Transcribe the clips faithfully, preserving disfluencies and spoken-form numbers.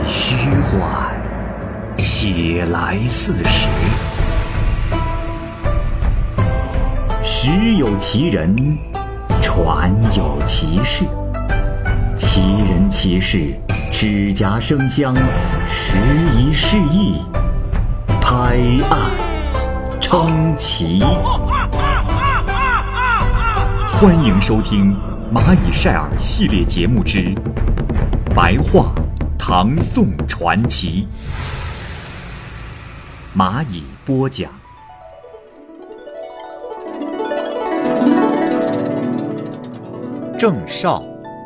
虚幻，写来似实。时有其人，传有其事。其人其事，指甲生香，时移世易，拍案称奇。欢迎收听蚂蚁晒尔系列节目之白话唐宋传奇。蚂蚁播讲。郑少。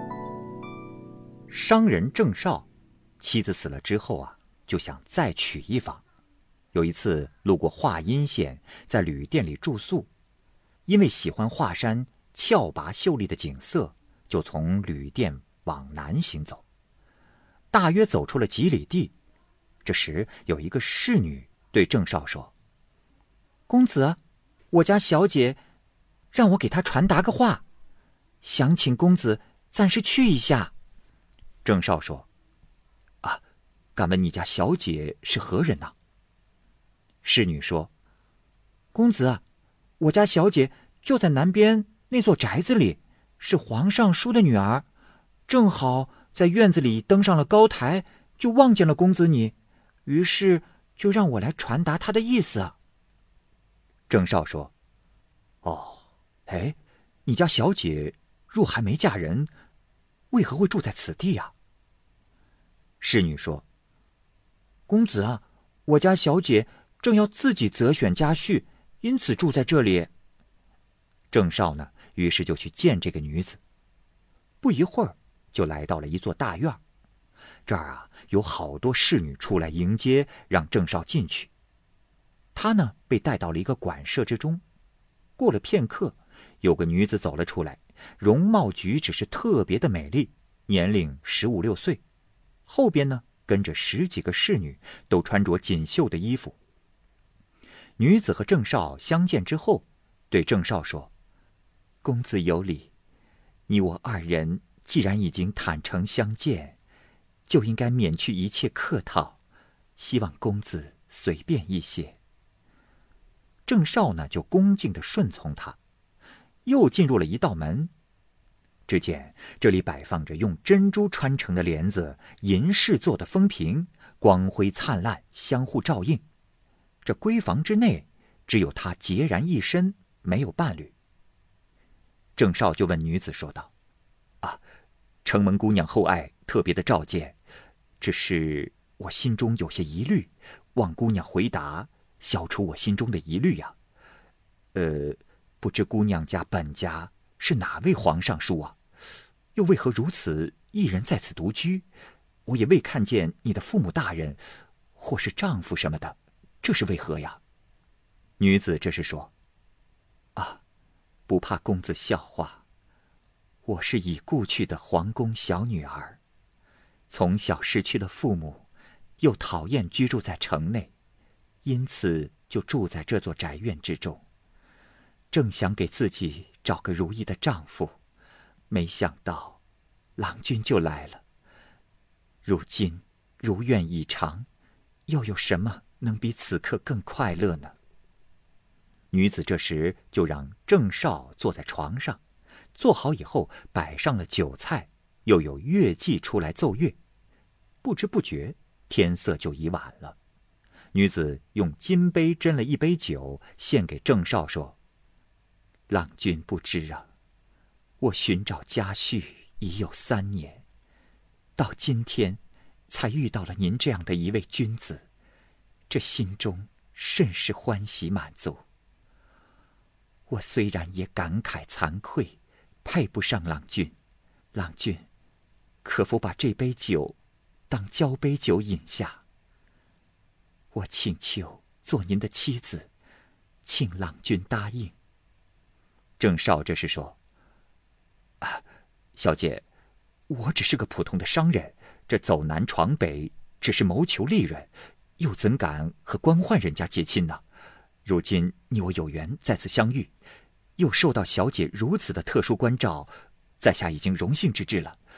商人郑少妻子死了之后啊，就想再娶一房。有一次路过华阴县，在旅店里住宿，因为喜欢华山峭拔秀丽的景色，就从旅店往南行走。大约走出了几里地，这时有一个侍女对郑少说：“公子，我家小姐让我给她传达个话，想请公子暂时去一下。”郑少说：“啊，敢问你家小姐是何人呢？”侍女说：“公子，我家小姐就在南边那座宅子里，是皇上叔的女儿，正好在院子里登上了高台，就望见了公子你，于是就让我来传达她的意思。”郑少说：“哦，哎，你家小姐若还没嫁人，为何会住在此地呀？”侍女说：“公子啊，我家小姐正要自己择选家婿，因此住在这里。”郑少呢，于是就去见这个女子。不一会儿，就来到了一座大院。这儿啊，有好多侍女出来迎接，让郑少进去。他呢，被带到了一个馆舍之中。过了片刻，有个女子走了出来，容貌举止是特别的美丽，年龄十五六岁。后边呢，跟着十几个侍女，都穿着锦绣的衣服。女子和郑少相见之后，对郑少说：“公子有礼，你我二人既然已经坦诚相见，就应该免去一切客套，希望公子随便一些。”郑少呢，就恭敬地顺从他。又进入了一道门，只见这里摆放着用珍珠穿成的帘子，银饰做的风屏，光辉灿烂，相互照应。这闺房之内，只有他孑然一身，没有伴侣。郑少就问女子说道：“啊，承蒙姑娘厚爱，特别的召见，只是我心中有些疑虑，望姑娘回答，消除我心中的疑虑呀。呃，不知姑娘家本家是哪位皇上叔啊？又为何如此一人在此独居？我也未看见你的父母大人，或是丈夫什么的，这是为何呀？”女子这是说：“啊，不怕公子笑话，我是已故去的皇宫小女儿，从小失去了父母，又讨厌居住在城内，因此就住在这座宅院之中。正想给自己找个如意的丈夫，没想到郎君就来了。如今如愿以偿，又有什么能比此刻更快乐呢？”女子这时就让郑少坐在床上，坐好以后摆上了酒菜，又有乐伎出来奏乐。不知不觉天色就已晚了。女子用金杯斟了一杯酒，献给郑少说：“郎君不知啊，我寻找家婿已有三年，到今天才遇到了您这样的一位君子，这心中甚是欢喜满足。我虽然也感慨惭愧，配不上郎君，郎君可否把这杯酒当交杯酒饮下？我请求做您的妻子，请郎君答应。”郑少这是说：“啊，小姐，我只是个普通的商人，这走南闯北，只是谋求利润，又怎敢和官宦人家结亲呢？如今你我有缘再次相遇，又受到小姐如此的特殊关照，在下已经荣幸之至了。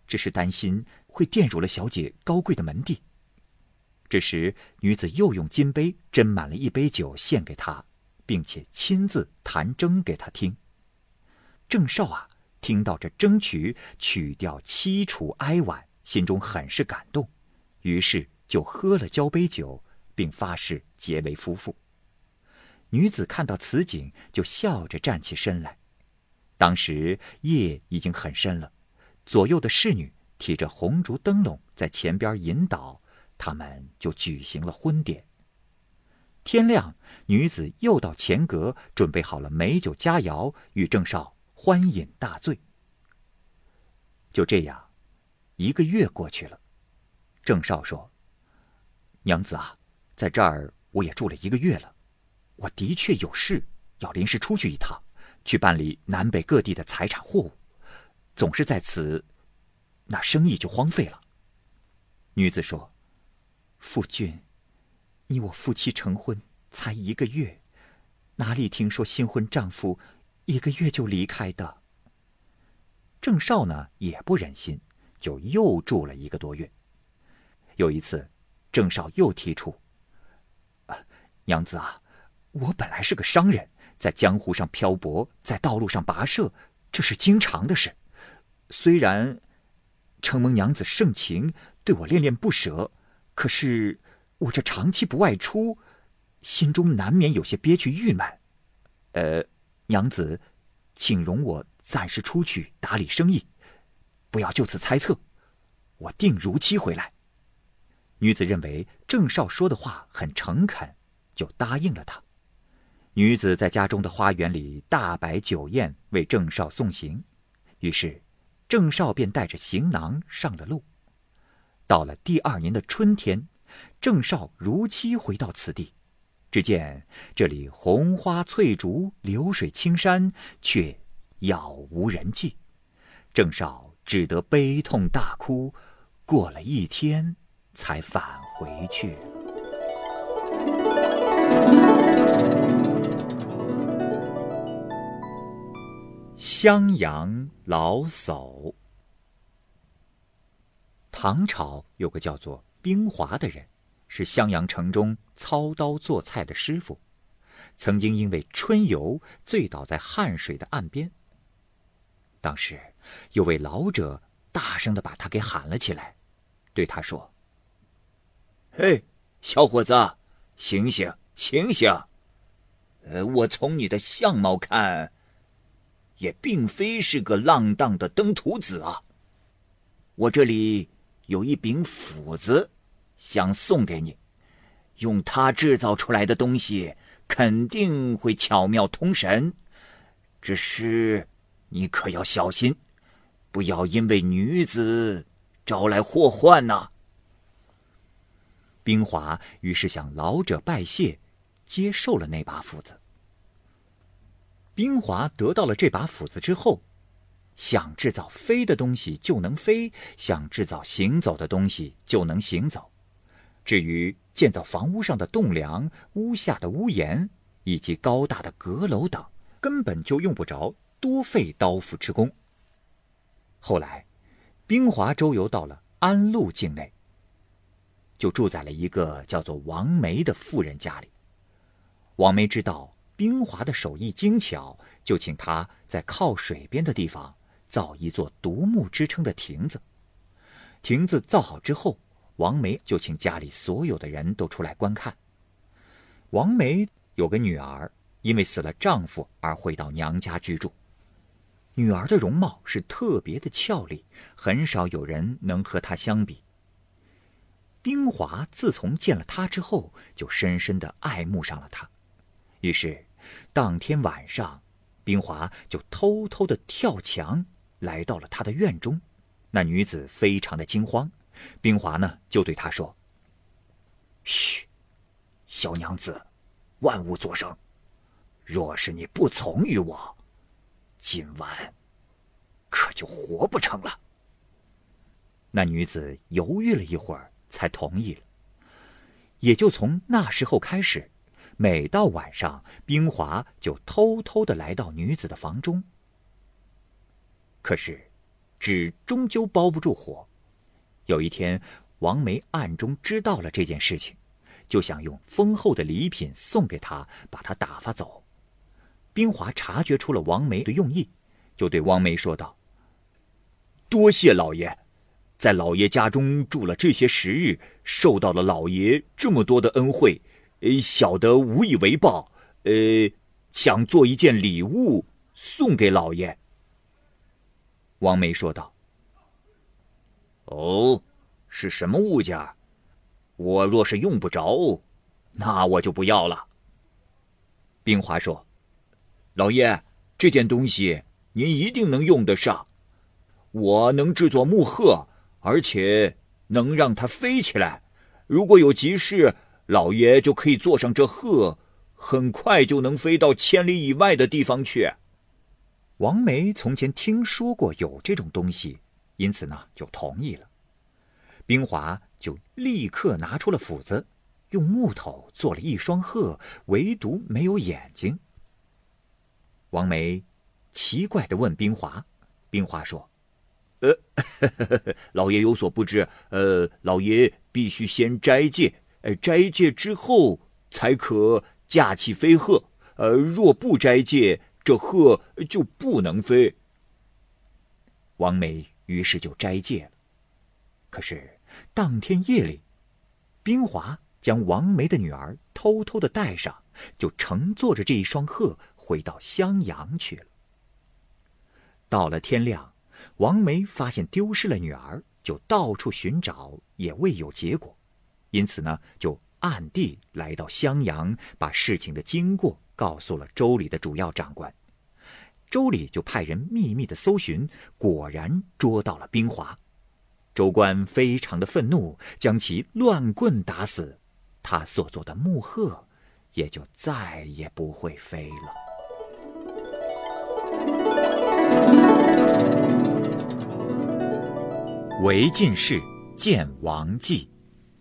只是担心会玷辱了小姐高贵的门第。这时，女子又用金杯斟满了一杯酒献给他，并且亲自弹筝给他听。郑少啊，听到这筝曲，曲调凄楚哀婉，心中很是感动，于是就喝了交杯酒，并发誓结为夫妇。女子看到此景，就笑着站起身来。当时夜已经很深了，左右的侍女提着红烛灯笼在前边引导，他们就举行了婚典。天亮，女子又到前阁准备好了美酒佳肴，与郑少欢饮大醉。就这样，一个月过去了。郑少说：“娘子啊，在这儿我也住了一个月了，我的确有事要临时出去一趟，去办理南北各地的财产货物，总是在此，那生意就荒废了。”女子说：“夫君，你我夫妻成婚才一个月，哪里听说新婚丈夫一个月就离开的？”郑少呢也不忍心，就又住了一个多月。有一次，郑少又提出：“啊，娘子啊，我本来是个商人，在江湖上漂泊，在道路上跋涉，这是经常的事。虽然承蒙娘子盛情，对我恋恋不舍，可是我这长期不外出，心中难免有些憋屈郁闷。呃，娘子，请容我暂时出去打理生意，不要就此猜测，我定如期回来。”女子认为郑少说的话很诚恳，就答应了他。女子在家中的花园里大摆酒宴，为郑少送行。于是郑少便带着行囊上了路。到了第二年的春天，郑少如期回到此地，只见这里红花翠竹，流水青山，却杳无人迹。郑少只得悲痛大哭，过了一天才返回去。襄阳老叟。唐朝有个叫做冰华的人，是襄阳城中操刀做菜的师傅，曾经因为春游醉倒在汉水的岸边。当时有位老者大声地把他给喊了起来，对他说：“ 嘿，小伙子，醒醒醒醒！呃，我从你的相貌看，也并非是个浪荡的登徒子啊。我这里有一柄斧子，想送给你，用它制造出来的东西肯定会巧妙通神，只是你可要小心，不要因为女子招来祸患呐、啊。” 冰华于是向老者拜谢，接受了那把斧子。冰华得到了这把斧子之后，想制造飞的东西就能飞，想制造行走的东西就能行走。至于建造房屋上的栋梁、屋下的屋檐以及高大的阁楼等，根本就用不着多费刀斧之功。后来，冰华周游到了安陆境内，就住在了一个叫做王梅的妇人家里。王梅知道冰华的手艺精巧，就请他在靠水边的地方造一座独木支撑的亭子。亭子造好之后，王梅就请家里所有的人都出来观看。王梅有个女儿，因为死了丈夫而回到娘家居住。女儿的容貌是特别的俏丽，很少有人能和她相比。冰华自从见了她之后，就深深地爱慕上了她。于是当天晚上，冰华就偷偷地跳墙来到了她的院中。那女子非常的惊慌，冰华呢就对她说：“嘘，小娘子，万勿作声。若是你不从于我，今晚可就活不成了。”那女子犹豫了一会儿，才同意了。也就从那时候开始，每到晚上，冰华就偷偷地来到女子的房中。可是纸终究包不住火。有一天，王梅暗中知道了这件事情，就想用丰厚的礼品送给他，把他打发走。冰华察觉出了王梅的用意，就对王梅说道：多谢老爷，在老爷家中住了这些时日，受到了老爷这么多的恩惠，呃，小的无以为报，呃，想做一件礼物送给老爷。王梅说道：哦，是什么物件？我若是用不着，那我就不要了。冰华说：老爷，这件东西您一定能用得上。我能制作木鹤，而且能让它飞起来。如果有急事，老爷就可以坐上这鹤，很快就能飞到千里以外的地方去。王梅从前听说过有这种东西，因此呢就同意了。冰华就立刻拿出了斧子，用木头做了一双鹤，唯独没有眼睛。王梅奇怪地问冰华，冰华说：呃，呵呵呵老爷有所不知，呃，老爷必须先斋戒，呃，斋戒之后才可驾起飞鹤，呃，若不斋戒，这鹤就不能飞。王梅于是就斋戒了。可是当天夜里，冰华将王梅的女儿偷偷地带上，就乘坐着这一双鹤回到襄阳去了。到了天亮，王梅发现丢失了女儿，就到处寻找，也未有结果，因此呢，就暗地来到襄阳，把事情的经过告诉了州里的主要长官。州里就派人秘密的搜寻，果然捉到了冰华。州官非常的愤怒，将其乱棍打死，他所做的木鹤也就再也不会飞了。韦进士见王继。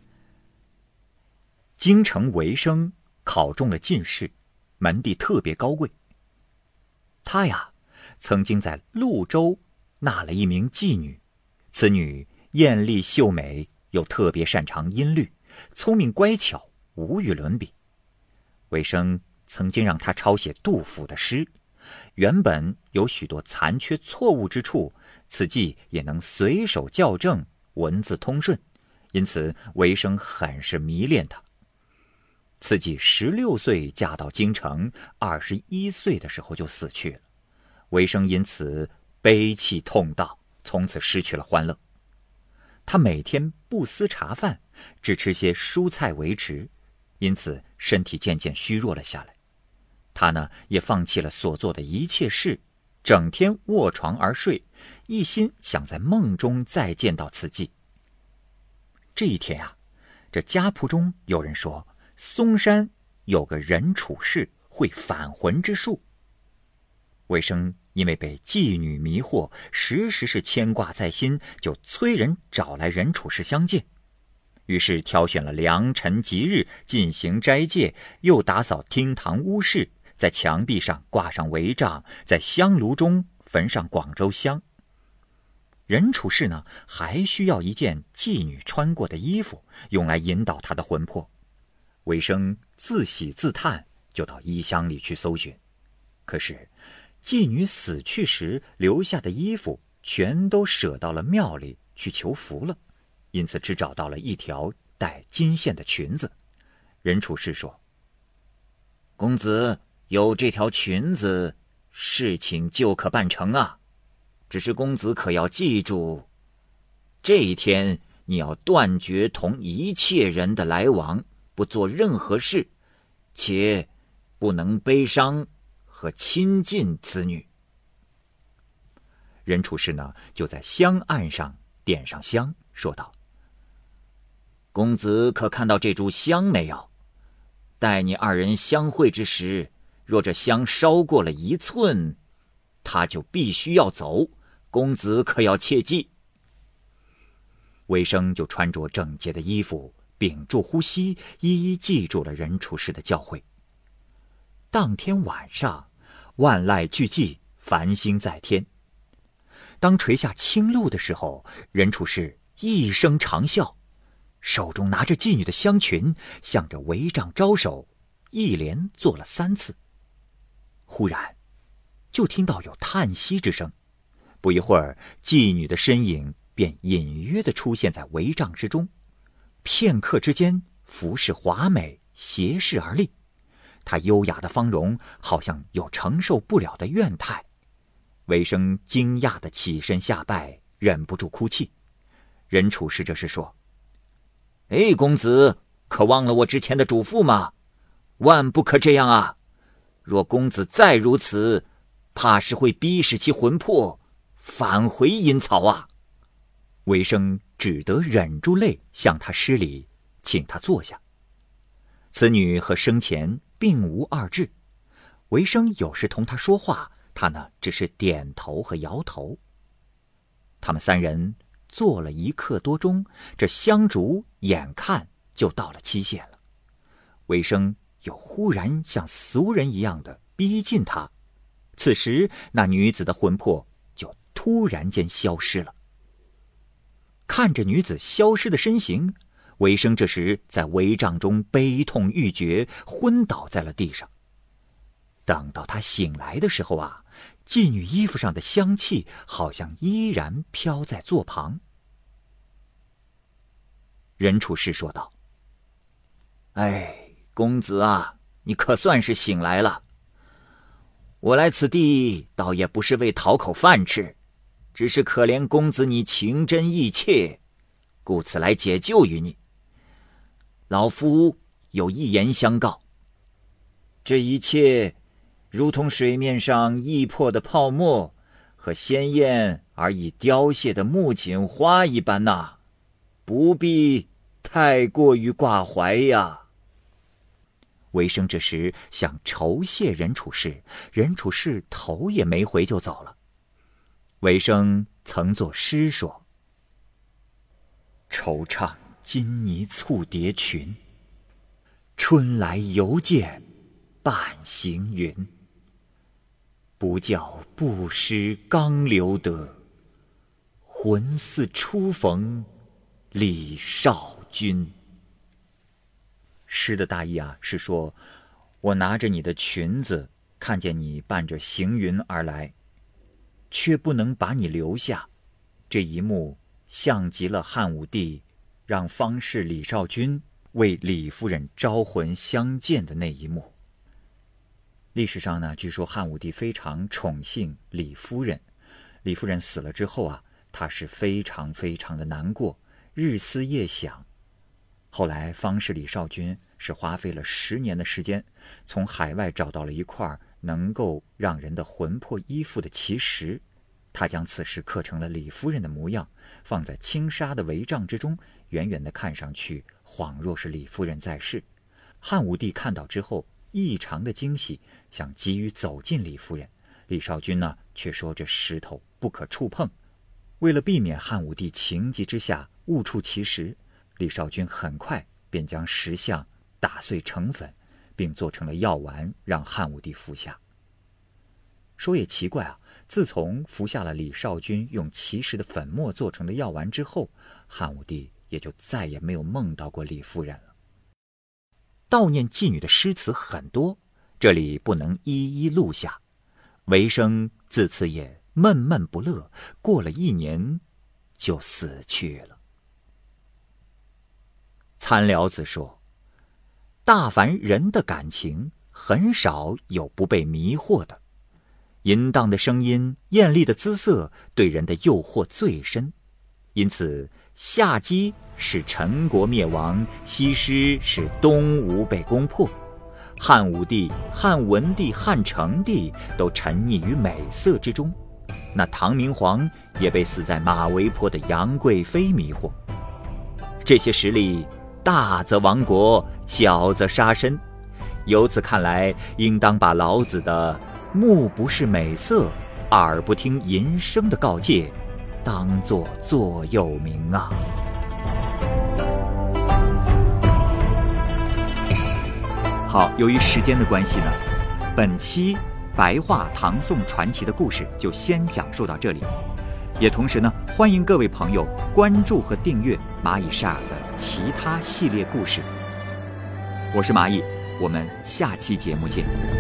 京城韦生考中了进士，门第特别高贵。他呀，曾经在潞州纳了一名妓女，此女艳丽秀美，又特别擅长音律，聪明乖巧，无与伦比。韦生曾经让她抄写杜甫的诗，原本有许多残缺错误之处，此际也能随手校正，文字通顺，因此韦生很是迷恋她。此际十六岁嫁到京城，二十一岁的时候就死去了。韦生因此悲泣痛悼，从此失去了欢乐。他每天不思茶饭，只吃些蔬菜维持，因此身体渐渐虚弱了下来。他呢，也放弃了所做的一切事，整天卧床而睡，一心想在梦中再见到此妓。这一天啊，这家仆中有人说，嵩山有个人处士会返魂之术。韦生因为被妓女迷惑，时时是牵挂在心，就催人找来人处士相见。于是挑选了良辰吉日进行斋戒，又打扫厅堂屋室，在墙壁上挂上帷帐，在香炉中焚上广州香。人处士呢，还需要一件妓女穿过的衣服，用来引导她的魂魄。韦生自喜自叹，就到衣箱里去搜寻。可是妓女死去时留下的衣服全都舍到了庙里去求福了，因此只找到了一条带金线的裙子。人处士说：公子有这条裙子，事情就可办成啊。只是公子可要记住，这一天你要断绝同一切人的来往，不做任何事，且不能悲伤和亲近此女。人处士呢，就在香案上点上香，说道：公子可看到这株香没有？待你二人相会之时，若这香烧过了一寸，他就必须要走，公子可要切记。韦生就穿着整洁的衣服，屏住呼吸，一一记住了人处士的教诲。当天晚上，万籁俱寂，繁星在天。 当垂下青露的时候，任处士一声长啸，手中拿着妓女的香裙，向着帷帐招手，一连做了三次。忽然就听到有叹息之声，不一会儿，妓女的身影便隐约地出现在帷帐之中，片刻之间，服饰华美，斜视而立。她优雅的芳容好像有承受不了的怨态。韦生惊讶地起身下拜，忍不住哭泣。任处士这时说：“哎，公子，可忘了我之前的嘱咐吗？万不可这样啊！若公子再如此，怕是会逼使其魂魄返回阴曹啊！”韦生只得忍住泪，向他施礼，请他坐下。此女和生前并无二致，韦生有时同她说话，她呢只是点头和摇头。他们三人坐了一刻多钟，这香烛眼看就到了期限了。韦生又忽然像俗人一样的逼近她，此时那女子的魂魄就突然间消失了。看着女子消失的身形，韦生这时在帷帐中悲痛欲绝，昏倒在了地上。等到他醒来的时候啊，妓女衣服上的香气好像依然飘在座旁。任处士说道：“哎，公子啊，你可算是醒来了。我来此地倒也不是为讨口饭吃，只是可怜公子你情真意切，故此来解救于你。老夫有一言相告，这一切如同水面上溢破的泡沫和鲜艳而已凋谢的木槿花一般呐、啊，不必太过于挂怀呀。”韦生这时想酬谢任处士，任处士头也没回就走了。韦生曾作诗说：“惆怅金泥簇叠裙，春来犹见半行云。不教不识刚留得，魂似初逢李少君。”诗的大意啊，是说我拿着你的裙子，看见你伴着行云而来，却不能把你留下。这一幕像极了汉武帝让方士李少君为李夫人招魂相见的那一幕。历史上呢，据说汉武帝非常宠幸李夫人，李夫人死了之后啊，他是非常非常的难过，日思夜想。后来方士李少君是花费了十年的时间，从海外找到了一块能够让人的魂魄依附的奇石，他将此石刻成了李夫人的模样，放在轻纱的帷帐之中，远远的看上去恍若是李夫人在世。汉武帝看到之后异常的惊喜，想急于走近李夫人，李少君呢却说这石头不可触碰。为了避免汉武帝情急之下误触其石，李少君很快便将石像打碎成粉，并做成了药丸让汉武帝服下。说也奇怪啊，自从服下了李少君用奇石的粉末做成的药丸之后，汉武帝也就再也没有梦到过李夫人了。悼念妓女的诗词很多，这里不能一一录下。韦生自此也闷闷不乐，过了一年就死去了。参辽子说，大凡人的感情很少有不被迷惑的，淫荡的声音、艳丽的姿色对人的诱惑最深，因此夏姬使陈国灭亡，西施使东吴被攻破，汉武帝、汉文帝、汉成帝都沉溺于美色之中，那唐明皇也被死在马嵬坡的杨贵妃迷惑。这些实例大则亡国，小则杀身。由此看来，应当把老子的目不视美色，耳不听淫声的告诫当作座右铭啊。好，由于时间的关系呢，本期白话唐宋传奇的故事就先讲述到这里。 也同时呢，欢迎各位朋友关注和订阅蚂蚁晒尔的其他系列故事。我是蚂蚁，我们下期节目见。